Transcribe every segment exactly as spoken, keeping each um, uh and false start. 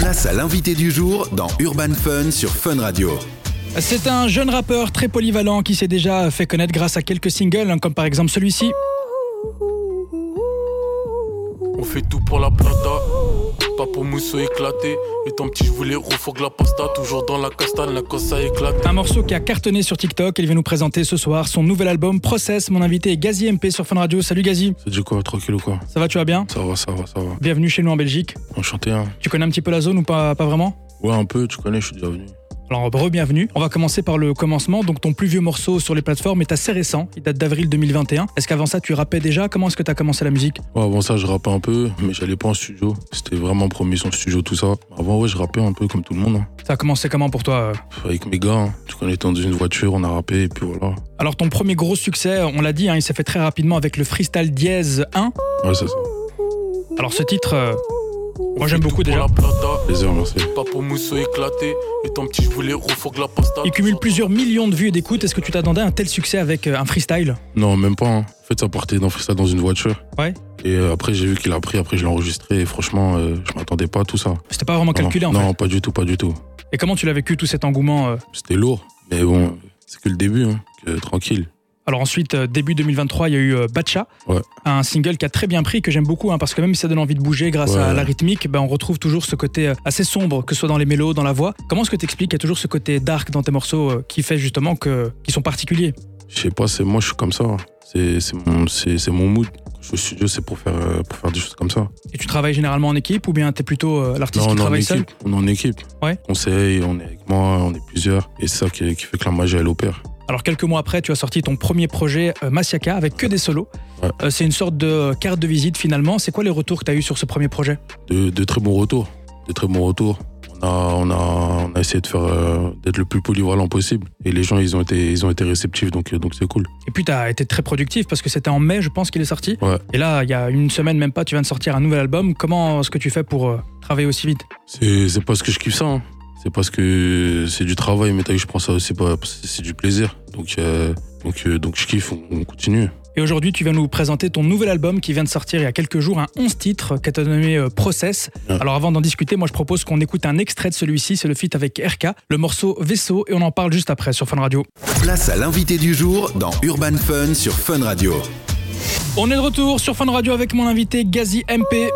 Place à l'invité du jour dans Urban Fun sur Fun Radio. C'est un jeune rappeur très polyvalent qui s'est déjà fait connaître grâce à quelques singles, comme par exemple celui-ci. On fait tout pour la plata, pas pour mousseau éclaté. Étant petit, je voulais refourguer la pasta, toujours dans la castagne, la cosse a éclaté. Un morceau qui a cartonné sur TikTok. Il vient nous présenter ce soir son nouvel album Process. Mon invité est Gazi M P sur Fun Radio. Salut Gazi. Ça dit quoi, tranquille ou quoi? Ça va, tu vas bien? Ça va, ça va, ça va. Bienvenue chez nous en Belgique. Enchanté, hein. Tu connais un petit peu la zone ou pas, pas vraiment? Ouais, un peu, tu connais, je suis déjà venu. Alors, re-bienvenue. On va commencer par le commencement. Donc, ton plus vieux morceau sur les plateformes est assez récent. Il date d'avril deux mille vingt et un. Est-ce qu'avant ça, tu rappais déjà? Comment est-ce que tu as commencé la musique? Ouais, avant ça, je rappais un peu, mais j'allais pas en studio. C'était vraiment premier son studio, tout ça. Avant, ouais, je rappais un peu comme tout le monde. Hein. Ça a commencé comment pour toi? Avec mes gars, hein. Tu connais, dans une voiture, on a rappé, et puis voilà. Alors, ton premier gros succès, on l'a dit, hein, il s'est fait très rapidement avec le Freestyle Dièse un. Ouais, c'est ça. Alors, ce titre, euh, moi j'aime beaucoup déjà. Plaisir, merci. Pas pour mousseau éclaté. Étant petit, je voulais refourguer la pasta. Il cumule plusieurs millions de vues et d'écoutes. Est-ce que tu t'attendais à un tel succès avec un freestyle? Non, même pas. Hein. En fait, ça partait d'un freestyle dans une voiture. Ouais. Et euh, après, j'ai vu qu'il a pris, après, je l'ai enregistré. Et franchement, euh, je m'attendais pas à tout ça. C'était pas vraiment calculé non, en fait? Non, pas du tout, pas du tout. Et comment tu l'as vécu, tout cet engouement euh... C'était lourd. Mais bon, c'est que le début, hein, que, tranquille. Alors ensuite, euh, début deux mille vingt-trois, il y a eu euh, Batcha, ouais. Un single qui a très bien pris, que j'aime beaucoup, hein, parce que même si ça donne envie de bouger grâce ouais. à la rythmique, ben, on retrouve toujours ce côté euh, assez sombre, que ce soit dans les mélos, dans la voix. Comment est-ce que tu expliques qu'il y a toujours ce côté dark dans tes morceaux euh, qui fait justement que, qu'ils sont particuliers? Je sais pas, c'est moi, je suis comme ça. C'est, c'est, mon, c'est, c'est mon mood. Quand je suis au studio, c'est pour faire, euh, pour faire des choses comme ça. Et tu travailles généralement en équipe ou bien t'es plutôt euh, l'artiste non, qui travaille seul? On est en équipe. Ouais. On conseille, on est avec moi, on est plusieurs. Et c'est ça qui, qui fait que la magie, elle opère. Alors quelques mois après, tu as sorti ton premier projet euh, Masiaka avec que des solos. Ouais. Euh, c'est une sorte de carte de visite finalement. C'est quoi les retours que tu as eu sur ce premier projet? de, de très bons retours. De très bons retours. On a, on a, on a essayé de faire, euh, d'être le plus polyvalent possible. Et les gens, ils ont été, ils ont été réceptifs, donc, donc c'est cool. Et puis tu as été très productif parce que c'était en mai, je pense qu'il est sorti. Ouais. Et là, il y a une semaine même pas, tu viens de sortir un nouvel album. Comment est-ce que tu fais pour euh, travailler aussi vite? C'est, c'est parce que je kiffe ça. Hein. C'est parce que c'est du travail, mais t'as vu, je prends ça aussi parce que c'est du plaisir. Donc, euh, donc, euh, donc je kiffe, on, on continue. Et aujourd'hui, tu viens nous présenter ton nouvel album qui vient de sortir il y a quelques jours, un onze titres que tu as nommé euh, Process. Ouais. Alors avant d'en discuter, moi je propose qu'on écoute un extrait de celui-ci, c'est le feat avec R K, le morceau Vaisseau, et on en parle juste après sur Fun Radio. Place à l'invité du jour dans Urban Fun sur Fun Radio. On est de retour sur Fun Radio avec mon invité Gazi M P.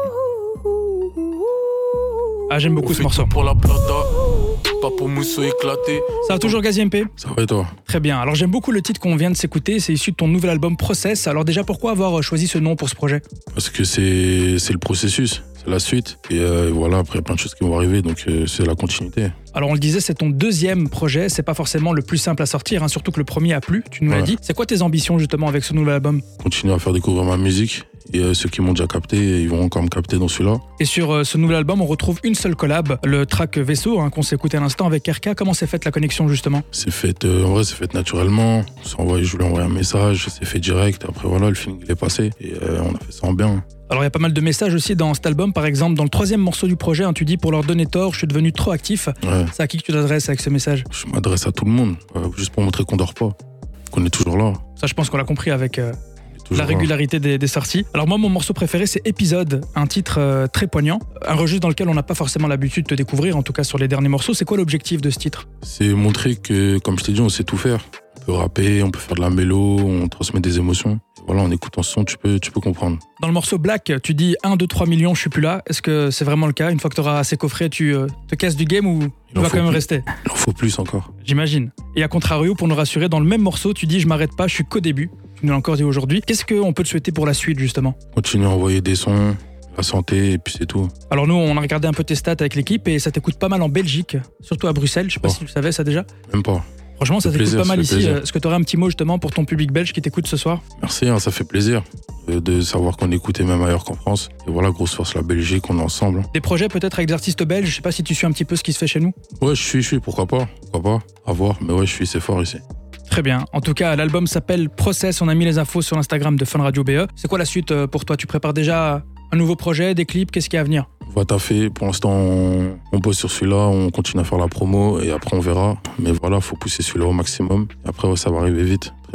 Ah, j'aime beaucoup ce morceau. Pour la plata, pas pour mousseau éclaté. Ça va toujours, Gazi M P? Ça va et toi? Très bien. Alors j'aime beaucoup le titre qu'on vient de s'écouter. C'est issu de ton nouvel album Process. Alors déjà, pourquoi avoir choisi ce nom pour ce projet? Parce que c'est, c'est le processus, c'est la suite. Et euh, voilà, après, il y a plein de choses qui vont arriver, donc euh, c'est la continuité. Alors on le disait, c'est ton deuxième projet. C'est pas forcément le plus simple à sortir, hein, surtout que le premier a plu, tu nous ouais. l'as dit. C'est quoi tes ambitions justement avec ce nouvel album? Continuer à faire découvrir ma musique. Et euh, ceux qui m'ont déjà capté, ils vont encore me capter dans celui-là. Et sur euh, ce nouvel album, on retrouve une seule collab, le track Vaisseau, hein, qu'on s'est écouté à l'instant avec R K. Comment s'est faite la connexion justement? C'est fait, euh, en vrai, c'est fait naturellement. On s'est envoyé, je lui ai envoyé un message, c'est fait direct. Après voilà, le feeling il est passé et euh, on a fait ça en bien. Alors il y a pas mal de messages aussi dans cet album. Par exemple, dans le troisième morceau du projet, hein, tu dis pour leur donner tort, je suis devenu trop actif. Ouais. C'est à qui que tu t'adresses avec ce message? Je m'adresse à tout le monde, euh, juste pour montrer qu'on dort pas, qu'on est toujours là. Ça, je pense qu'on l'a compris avec. Euh... La régularité des, des sorties. Alors moi, mon morceau préféré, c'est Épisode, un titre euh, très poignant, un registre dans lequel on n'a pas forcément l'habitude de te découvrir, en tout cas sur les derniers morceaux. C'est quoi l'objectif de ce titre? C'est montrer que, comme je t'ai dit, on sait tout faire. On peut rapper, on peut faire de la mélo, on transmet des émotions. Voilà, en écoutant ce son, tu peux, tu peux comprendre. Dans le morceau Black, tu dis un, deux, trois millions, je suis plus là. Est-ce que c'est vraiment le cas? Une fois que tu auras assez coffré, tu euh, te casses du game ou tu vas quand même plus. rester? Il en faut plus encore. J'imagine. Et à contrario, pour nous rassurer, dans le même morceau, tu dis je m'arrête pas, je suis qu'au début. Tu nous l'as encore dit aujourd'hui. Qu'est-ce qu'on peut te souhaiter pour la suite, justement? Continuer à envoyer des sons, la santé, et puis c'est tout. Alors nous, on a regardé un peu tes stats avec l'équipe et ça t'écoute pas mal en Belgique, surtout à Bruxelles. Je sais pas oh. si tu le savais ça déjà. Même pas. Franchement, ça t'écoute plaisir, pas mal ici. Plaisir. Est-ce que tu aurais un petit mot justement pour ton public belge qui t'écoute ce soir? Merci, hein, ça fait plaisir de savoir qu'on écoutait même ailleurs qu'en France. Et voilà, grosse force la Belgique, on est ensemble. Des projets peut-être avec des artistes belges, je sais pas si tu suis un petit peu ce qui se fait chez nous. Ouais, je suis, je suis, pourquoi pas, pourquoi pas, à voir, mais ouais, je suis, c'est fort ici. Très bien. En tout cas, l'album s'appelle Process. On a mis les infos sur l'Instagram de Fun Radio B E. C'est quoi la suite pour toi? Tu prépares déjà un nouveau projet, des clips? Qu'est-ce qu'il y a à venir? On va taffer. Pour l'instant, on, on bosse sur celui-là, on continue à faire la promo et après on verra. Mais voilà, faut pousser celui-là au maximum. Et après, ouais, ça va arriver vite, très vite.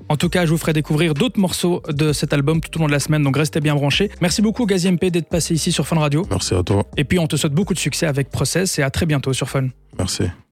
En tout cas, je vous ferai découvrir d'autres morceaux de cet album tout au long de la semaine, donc restez bien branchés. Merci beaucoup Gazi M P d'être passé ici sur Fun Radio. Merci à toi. Et puis on te souhaite beaucoup de succès avec Process et à très bientôt sur Fun. Merci.